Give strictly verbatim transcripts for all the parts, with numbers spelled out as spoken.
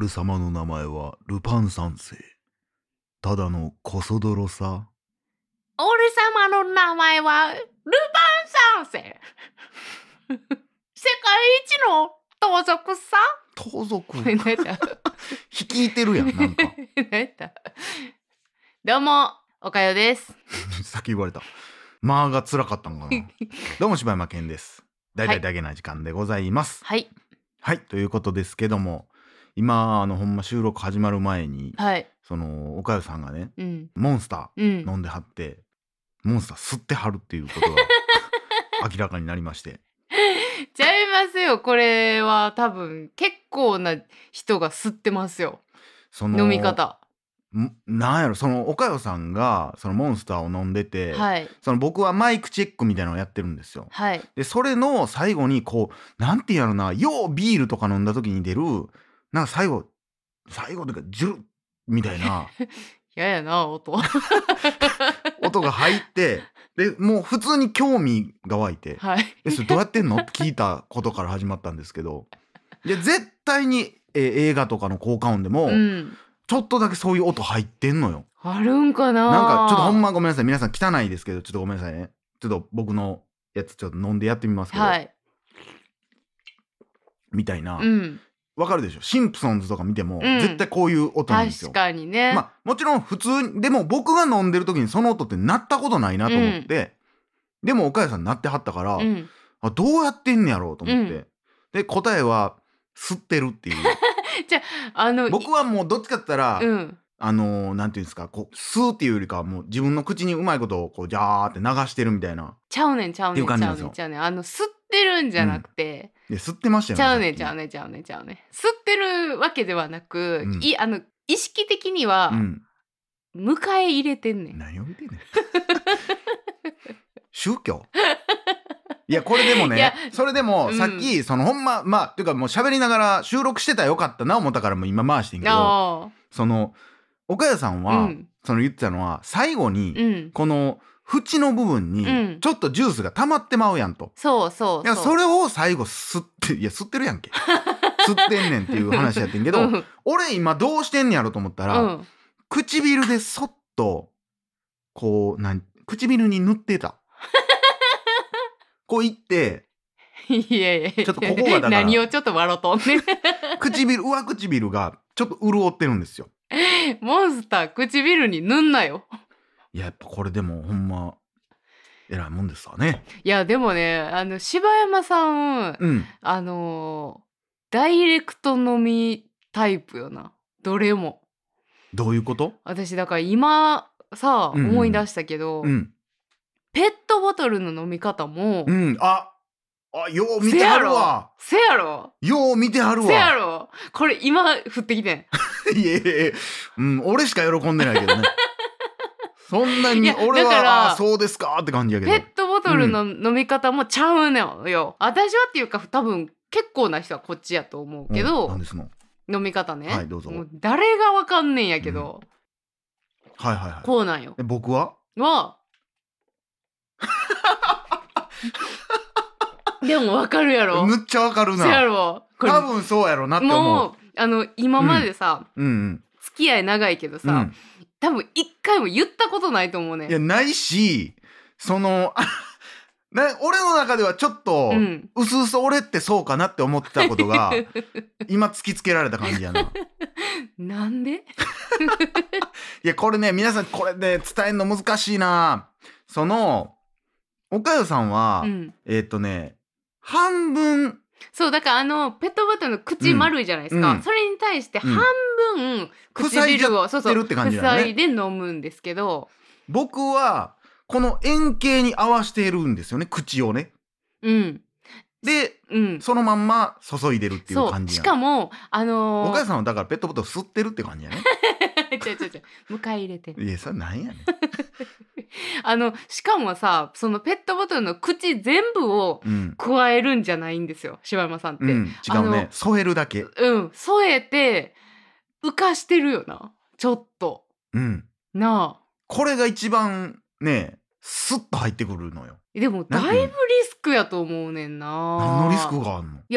俺様の名前はルパン三世。ただのコソ泥さ。 俺様の名前はルパン三世。世界一の盗賊さ。 盗賊何やった率いてるやん、なんか。 何やったどうも、おかよです。 さっき言われた。まあが辛かったんかな。どうも柴山健です。大体だけな時間でございます。 はい。 はい、ということですけども、今あのほんま収録始まる前に、 はい。 そのおかよさんがね、 うん。 モンスタうん。 ー飲んではって、モンスター吸ってはるっていうことが明らかになりまして。 ちゃいますよ。これは多分結構な人が吸ってますよ。 その飲み方。 んなんやろ、そのおかよさんがそのモンスターを飲んでて、 はい。 その僕はマイクチェックみたいなのをやってるんですよ。 はい。 でそれの最後にこうなんてやろな、ようビールとか飲んだ時に出るなんか最後最後というかジュルみたいなややな音音が入ってでもう普通に興味が湧いてはい。 えそれどうやってんのって聞いたことから始まったんですけど、いや絶対にえ映画とかの効果音でも、 うん。 ちょっとだけそういう音入ってんのよ。 あるんかな。 なんかちょっとほんまごめんなさい、皆さん汚いですけどちょっとごめんなさいね。ちょっと僕のやつちょっと飲んでやってみますけど、 はい。 みたいな、 うん。 わかるでしょ。シンプソンズとか見ても、 うん絶対こういう音なんですよ。 確かにね。 まあもちろん普通でも僕が飲んでる時にその音って鳴ったことないなと思って、でも岡谷さん鳴ってはったから、 うん。 あどうやってんねやろうと思って、 うん、 で答えは吸ってるっていうじゃあ、あの僕はもうどっちかって言ったら、 うん、 あのー、なんていうんですか、こう吸うっていうよりかはもう自分の口にうまいことをこうジャーって流してるみたいな。 ちゃうねんちゃうねんちゃうねんちゃうねん。あの吸ってるんじゃなくて、 うん、で吸ってましたよね。 ちゃうねんちゃうねんちゃうねんちゃうねん。吸ってるわけではなく、うん、いあの意識的には、うん、迎え入れてんねん。 何を言ってんねん。宗教いやこれでもね、それでもさっき、うん、そのほんままあっていうかもう喋りながら収録してたらよかったな思ったからもう今回してんけど、その岡谷さんは、うん、その言ってたのは最後に、うん、この縁の部分にちょっとジュースが溜まってまうやんと、うん、 そうそうそう、 いやそれを最後吸っていや吸ってるやんけ吸ってんねんっていう話やってんけど、うん、俺今どうしてんねやろと思ったら、うん、唇でそっとこうなん唇に塗ってたこう言っていやいやちょっとここがだから何をちょっと笑とんねん唇上唇がちょっと潤ってるんですよ。 モンスター唇に塗んなよ。 いややっぱこれでもほんま偉いもんですわね。 いやでもねあの柴山さん、うん、あのダイレクト飲みタイプよな。どれも。 どういうこと？ 私だから今さ、うんうん、思い出したけど、うん、ペットボトルの飲み方も、 うん、ああよう見てはるわ。 せやろよう見てはるわ。 せやろこれ今降ってきてんいやいやいや、うん、俺しか喜んでないけどねそんなに俺はあそうですかって感じやけど、 ペットボトルの飲み方もちゃうのよ、うん、私はっていうか多分結構な人はこっちやと思うけど、 うん、なんですの飲み方ね、 はいどうぞ。 もう誰がわかんねんやけど、 うん、はいはいはい、 こうなんよ。 え僕ははでもわかるやろ。 むっちゃわかるな。 やろこれ多分そうやろなって思う。 もうあの今までさ、 うんうんうん、 付き合い長いけどさ、うん、多分一回も言ったことないと思うね。 いやないしそのな俺の中ではちょっと、うん、うすうす俺ってそうかなって思ってたことが今突きつけられた感じやな。 なんでいやこれね皆さんこれで、ね、伝えるの難しいな。そのおかよさんは、うん、えー、っとね半分そうだからあのペットボトルの口丸いじゃないですか、うん、それに対して半分唇を塞いで飲むんですけど、 僕はこの円形に合わせてるんですよね口をね。 うんで、うん、そのまんま注いでるっていう感じや。しかもあのー、 おかやさんはだからペットボトル吸ってるって感じやね。 ちょちょちょ迎え入れてる。 いやそれなんやねんあのしかもさそのペットボトルの口全部を加えるんじゃないんですよ、うん、柴山さんって、うん、 違うね添えるだけ。 うん添えて浮かしてるよなちょっと、 うん、 なあこれが一番ねスッと入ってくるのよ。 でもだいぶリスクやと思うねんな。 何のリスクがあんの？ いやこ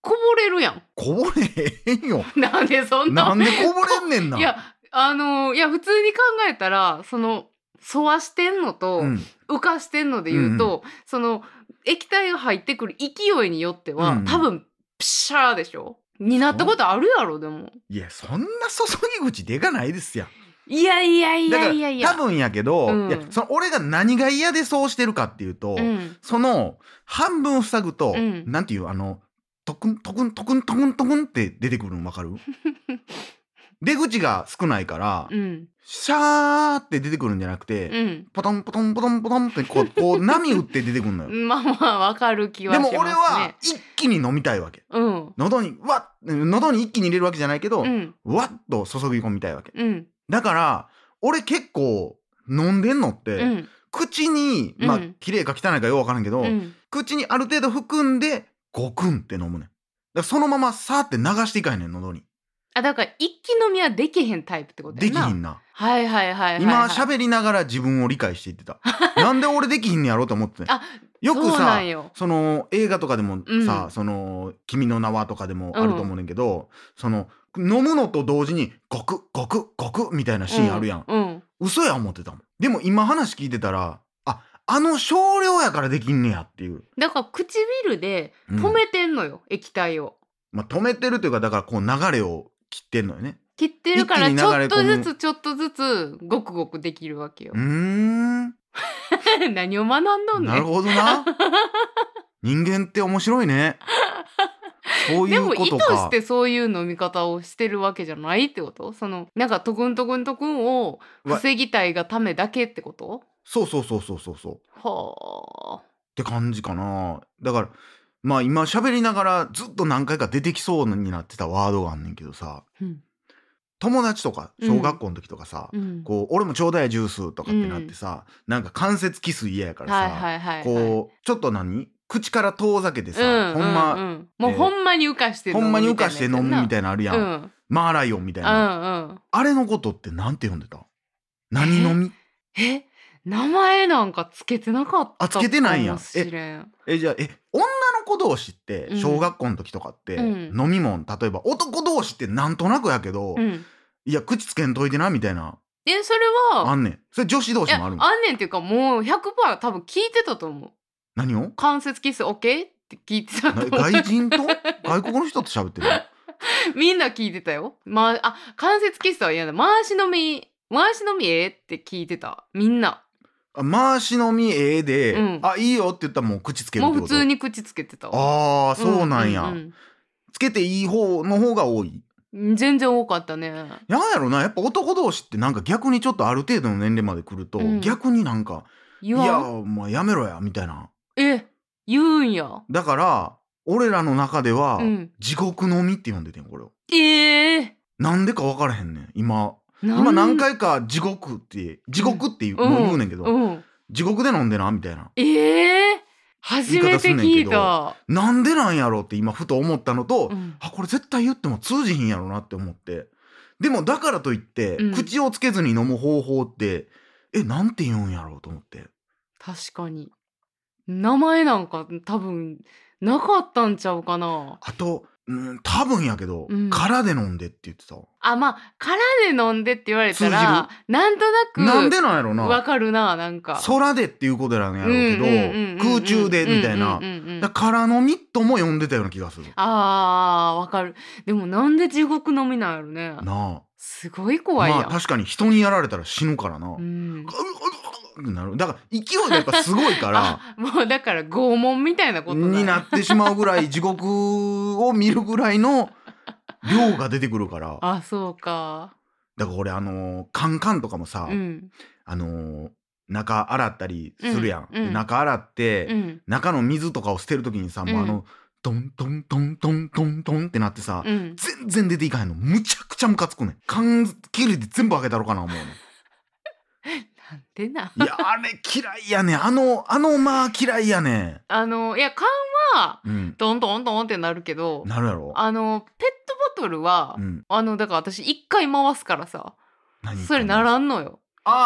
こぼれるやん。 こぼれへんよ。 なんでそんな。 なんでこぼれんねんな。 いやあのー、いや普通に考えたらその沿わしてんのと、うん、浮かしてんので言うと、うん、その液体が入ってくる勢いによっては、うん、多分ピシャーでしょになったことあるやろ。でもいやそんな注ぎ口でかないですやん。 いやいやいやいやいや多分やけど、うん、いやその俺が何が嫌でそうしてるかっていうと、うん、その半分塞ぐと、うん、なんていうあのトクントクントクントクントクンって出てくるの分かる？出口が少ないから、うん、シャーって出てくるんじゃなくて、うん、ポトンポトンポトンポトンってこう、こう波打って出てくるのよ。 まあまあわかる気はしますね。 でも俺は一気に飲みたいわけ。うん、喉にわっ喉に一気に入れるわけじゃないけど、うん、わっと注ぎ込みたいわけ。うん、だから俺結構飲んでんのって、うん、口にまあ綺麗か汚いかよくわからんけど、うん、口にある程度含んでゴクンって飲むねん。だからそのままさーって流していかへんねん喉に。 あだから一気飲みはできへんタイプってことやな。 できひんな。 はいはいはいはい、はい、 今喋りながら自分を理解していってた。なんで俺できひんねやろうと思って、ね、あよくさ そ, その映画とかでもさ、うん、その君の名はとかでもあると思うねんけど、うん、その飲むのと同時にゴクゴクゴクみたいなシーンあるやん、うんうん、嘘や思ってたもん。でも今話聞いてたらああの少量やからできんねやっていう。 だから唇で止めてんのよ、うん、液体を。 まあ止めてるというかだからこう流れを切ってんのよね。 切ってるからちょっとずつちょっとずつごくごくできるわけよ。うーん何を学んどんねん。 なるほどな。人間って面白いね。そういうことか。でも意図してそういう飲み方をしてるわけじゃないってこと？そのなんかトクントクントクンを防ぎたいがためだけってこと？ そうそうそうそうそうそう。 はあ。 って感じかな。だからまあ今喋りながらずっと何回か出てきそうになってたワードがあんねんけどさ、うん、友達とか小学校の時とかさ、うん、こう俺もちょうだいジュースとかってなってさ、うん、なんか関節キス嫌やからさ、はいはいはいはい、こうちょっと何口から遠ざけてさ、うん、ほんま、うんうん、 もうほんまに浮かして飲むみたいな、ほんまに浮かして飲むみたいなのあるやん、うん、マーライオンみたいな、うんうん、あれのことってなんて呼んでた？何飲み？ え名前なんかつけてなかったかもしれん。あつけてないんや。 ええじゃあえ女の子同士って小学校の時とかって、うん、飲み物例えば男同士ってなんとなくやけど、うん、いや口つけんといてなみたいな。 えそれはあんねん。それ女子同士もあるん。 あんねんっていうかもう ひゃくパーセント 多分聞いてたと思う。 何を？ 関節キス OK? って聞いてたと思う。 外人と外国の人と喋ってるの？ みんな聞いてたよ。まあ、あ関節キスは嫌だ。回し飲み回し飲みええって聞いてたみんな。 回し飲みええで、うん、あいいよって言ったらもう口つけるってこと？ もう普通に口つけてたわ。 ああそうなんや、うんうんうん、つけていい方の方が多い？ 全然多かったね。 なんやろなやっぱ男同士ってなんか逆にちょっとある程度の年齢まで来ると、うん、逆になんかいやもうやめろやみたいな。 え言うんや。 だから俺らの中では、うん、地獄飲みって呼んでてんこれを。 えー、 なんでか分からへんねん今。今何回か地獄って地獄って言う、うん、もう言うねんけど、うん、地獄で飲んでなみたいな。 えー、初めて聞いた。 なんでなんやろうって今ふと思ったのと、うん、あこれ絶対言っても通じひんやろなって思って。でもだからといって、うん、口をつけずに飲む方法ってえなんて言うんやろうと思って。 確かに名前なんか多分なかったんちゃうかな。 あとうん、多分やけど、うん、空で飲んでって言ってた。 あまあ空で飲んでって言われたらなんとなくなんでなんやろなわかるな。なんか空でっていうことなんやろうけど空中でみたいな空飲みとも呼んでたような気がする。 あーわかる。でもなんで地獄飲みなんやろね。なあすごい怖いやん。 まあ確かに人にやられたら死ぬからな、うん、なるだから勢いがやっぱすごいからもうだから拷問みたいなことになってしまうぐらい地獄を見るぐらいの量が出てくるからあそうか。 だから俺あのー、カンカンとかもさ、うん、あのー、中洗ったりするやん、うんうん、中洗って、うん、中の水とかを捨てる時にさ、うん、もうあのトントントントントントンってなってさ、うん、全然出ていかへんのむちゃくちゃムカつくねん。缶切りで全部開けたろかな思うねんなんでな。 いやあれ嫌いやねん。あのあのまあ嫌いやねん。 あのいや缶は、うん、トントントンってなるけどなるやろ。 あのペットボトルは、うん、あのだから私一回回すからさそれならんのよ。 あ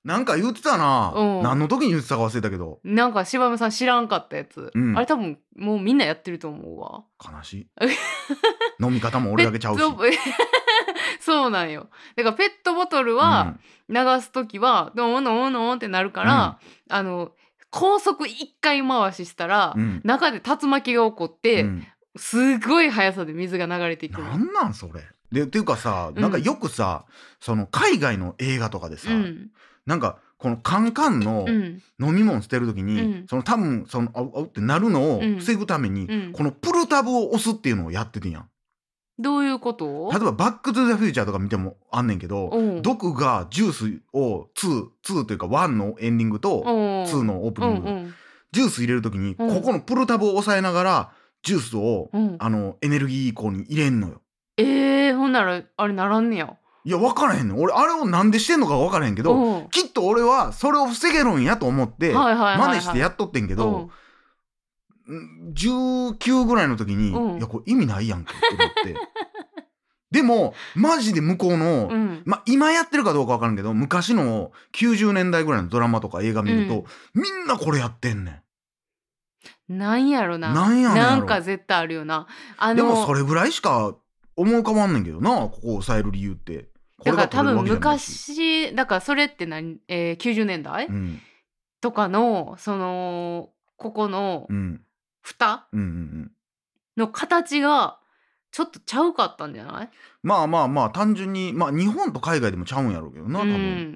なんか言ってたな、 うん、 何の時に言ってたか忘れたけど、 なんか柴山さん知らんかったやつ、 うん、 あれ多分もうみんなやってると思うわ。 悲しい飲み方も俺だけちゃうしそうなんよ。だからペットボトルは流す時はドーンドーンドーンってなるから、うん、あの高速いっかい回ししたら、うん、中で竜巻が起こって、うん、すごい速さで水が流れていく。 なんなんそれでっていうかさ、なんかよくさ、うん、その海外の映画とかでさ、うん、なんかこのカンカンの飲み物捨てる時に、うん、その多分そのあうあうってなるのを防ぐために、うん、このプルタブを押すっていうのをやっててんやん。 どういうこと？ 例えばバックトゥザフューチャーとか見てもあんねんけど、ドクがジュースをツー、ツーというかワンのエンディングとツーのオープニング、うんうん、ジュース入れる時にここのプルタブを押さえながらジュースを、うん、あのエネルギー以降に入れんのよ。 えー、ほんならあれならんねや。 いや分からへんねん。俺あれをなんでしてんのか分からへんけど、きっと俺はそれを防げるんやと思って真似してやっとってんけど、じゅうきゅうぐらいの時に、うん、いやこれ意味ないやんけって思ってでもマジで向こうの、うん、まあ今やってるかどうか分からんけど、昔のきゅうじゅうねんだいぐらいのドラマとか映画見ると、うん、みんなこれやってんねん。なんやろな。 なんやろなんか絶対あるよな。あのでもそれぐらいしか思い浮かばんねんけどな、ここを抑える理由って。これだから多分昔だからそれって何、えー、きゅうじゅうねんだい、うん、とかのそのここの蓋、うんうんうん、の形がちょっとちゃうかったんじゃない？ まあまあまあ単純にまあ日本と海外でもちゃうんやろうけどな、多分、うん、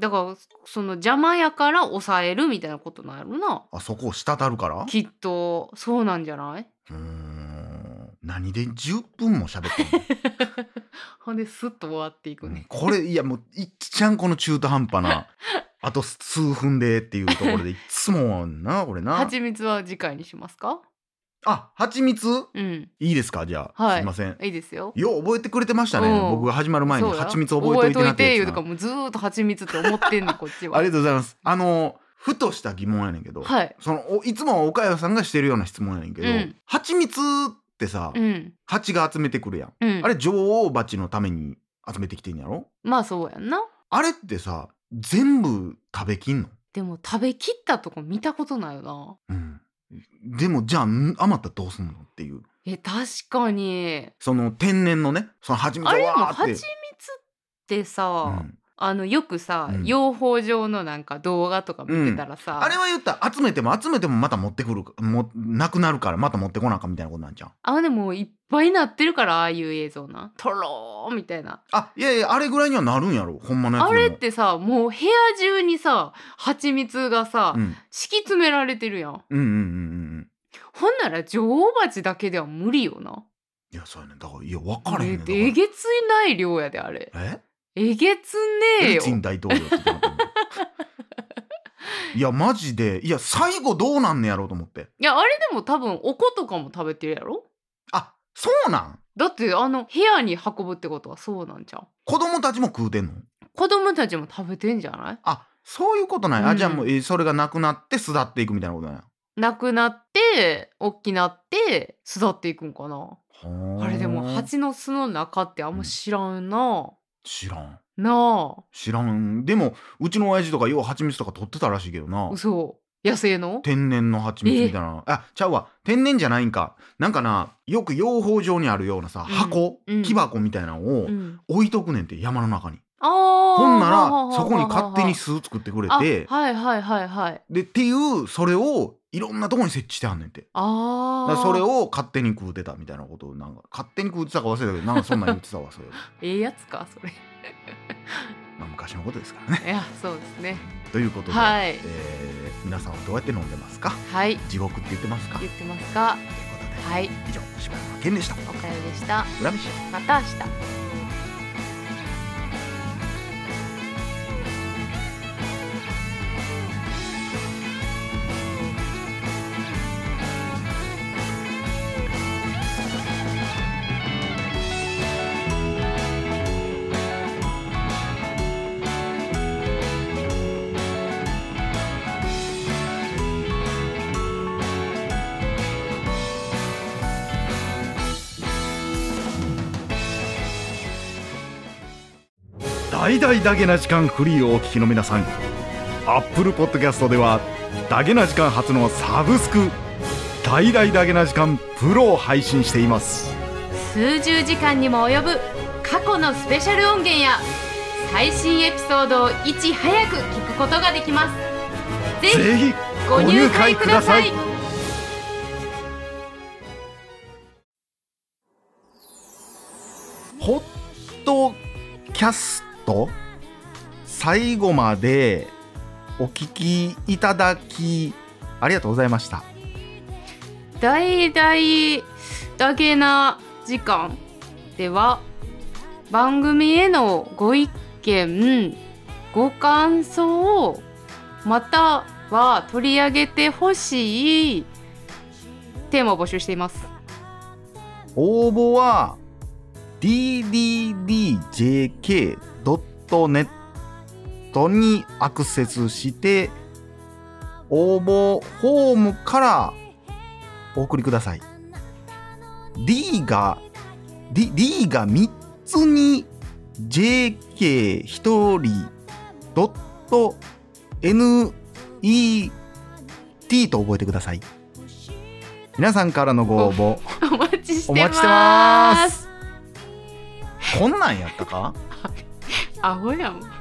だからその邪魔やから抑えるみたいなことなんやろな。 あそこを滴るからきっとそうなんじゃない？ うーん、何でじゅっぷんも喋ってんのほんでスッと終わっていくね、 うん、これいやもういっちゃんこの中途半端なあと数分でっていうところでいつもなこれな。 蜂蜜は次回にしますか？ あ、蜂蜜、うん、いいですか？じゃあ、はい、すいません。 いいですよ。 よう覚えてくれてましたね。僕が始まる前に蜂蜜覚えといてなってやつな。覚えといてとかもうずーっと蜂蜜って思ってんねんこっちは。 ありがとうございます。あのふとした疑問やねんけど、はい、そのいつも岡谷さんがしてるような質問やねんけど、うん、蜂蜜ってさ、うん、蜂が集めてくるやん、うん、あれ女王蜂のために集めてきてんやろ？ まあそうやんな。 あれってさ全部食べきんの？ でも食べきったとこ見たことないよな。 うん。でもじゃあ余ったらどうすんのっていう。 え確かにその天然のね、その蜂蜜をわーって。 あれも蜂蜜ってさ、うん、あのよくさ、うん、養蜂場のなんか動画とか見てたらさ、 うん、あれは言ったら集めても集めてもまた持ってくるもなくなるからまた持ってこなあかんみたいなことなんじゃん。 あでもいっぱいになってるからああいう映像なとろーみたいな。 あいやいやあれぐらいにはなるんやろほんまのやつでも。 あれってさもう部屋中にさ蜂蜜がさ、うん、敷き詰められてるやん。うんうんうんうん。ほんなら女王蜂だけでは無理よな。 いやそうやねだからいや分からへんねん。 えげつない量やであれ。 ええげつねえよ。 プーチン大統領って言ってなかったいやマジでいや最後どうなんねやろうと思って。 いやあれでも多分お子とかも食べてるやろ。 あそうなん？ だってあの部屋に運ぶってことはそうなんちゃう？ 子供たちも食うてんの？ 子供たちも食べてんじゃない？ あそういうことない、うん、あじゃあもうえそれがなくなって巣立っていくみたいなことなんや。 なくなって大きなって巣立っていくんかな。あれでも蜂の巣の中ってあんま知らんな、うん、 知らんなあ。 知らん。でもうちの親父とかよう蜂蜜とか取ってたらしいけどな。 嘘。野生の天然の蜂蜜みたいな。あちゃうわ天然じゃないんか。なんかなよく養蜂場にあるようなさ、うん、箱、うん、木箱みたいなのを置いとくねんって山の中に。あほんならそこに勝手に巣作ってくれて、 はいはいはいはい。 でっていうそれをいろんなとこに設置してあんねんって。あだそれを勝手に食うてたみたいなことをなんか勝手に食うてたか忘れたけどなんかそんなん言ってたわそれ。 ええやつかそれ。 まあ昔のことですからね。 いやそうですね。 ということで、はいえー、皆さんはどうやって飲んでますか？はい。地獄って言ってますか？ 言ってますか？ ということで、 はい、 以上柴山健でした。 おかよでした。 浦飯また明日。 大々だけな時間フリーをお聞きの皆さん Apple Podcast ではダゲな時間初のサブスク大々ダゲな時間プロを配信しています。 数十時間にも及ぶ過去のスペシャル音源や最新エピソードをいち早く聞くことができます。ぜひぜひご入会ください。 ホットキャスト最後までお聞きいただきありがとうございました。 大々だけな時間では番組へのご意見ご感想または取り上げてほしいテーマを募集しています。 応募は ディーディーディージェーケードットネット にアクセスして応募フォームからお送りください。 D が D, D がみっつに ジェーケーひとりドット ネット と覚えてください。皆さんからのご応募お待ちしてます。 お待ちしてます。こんなんやったか？ アホやん。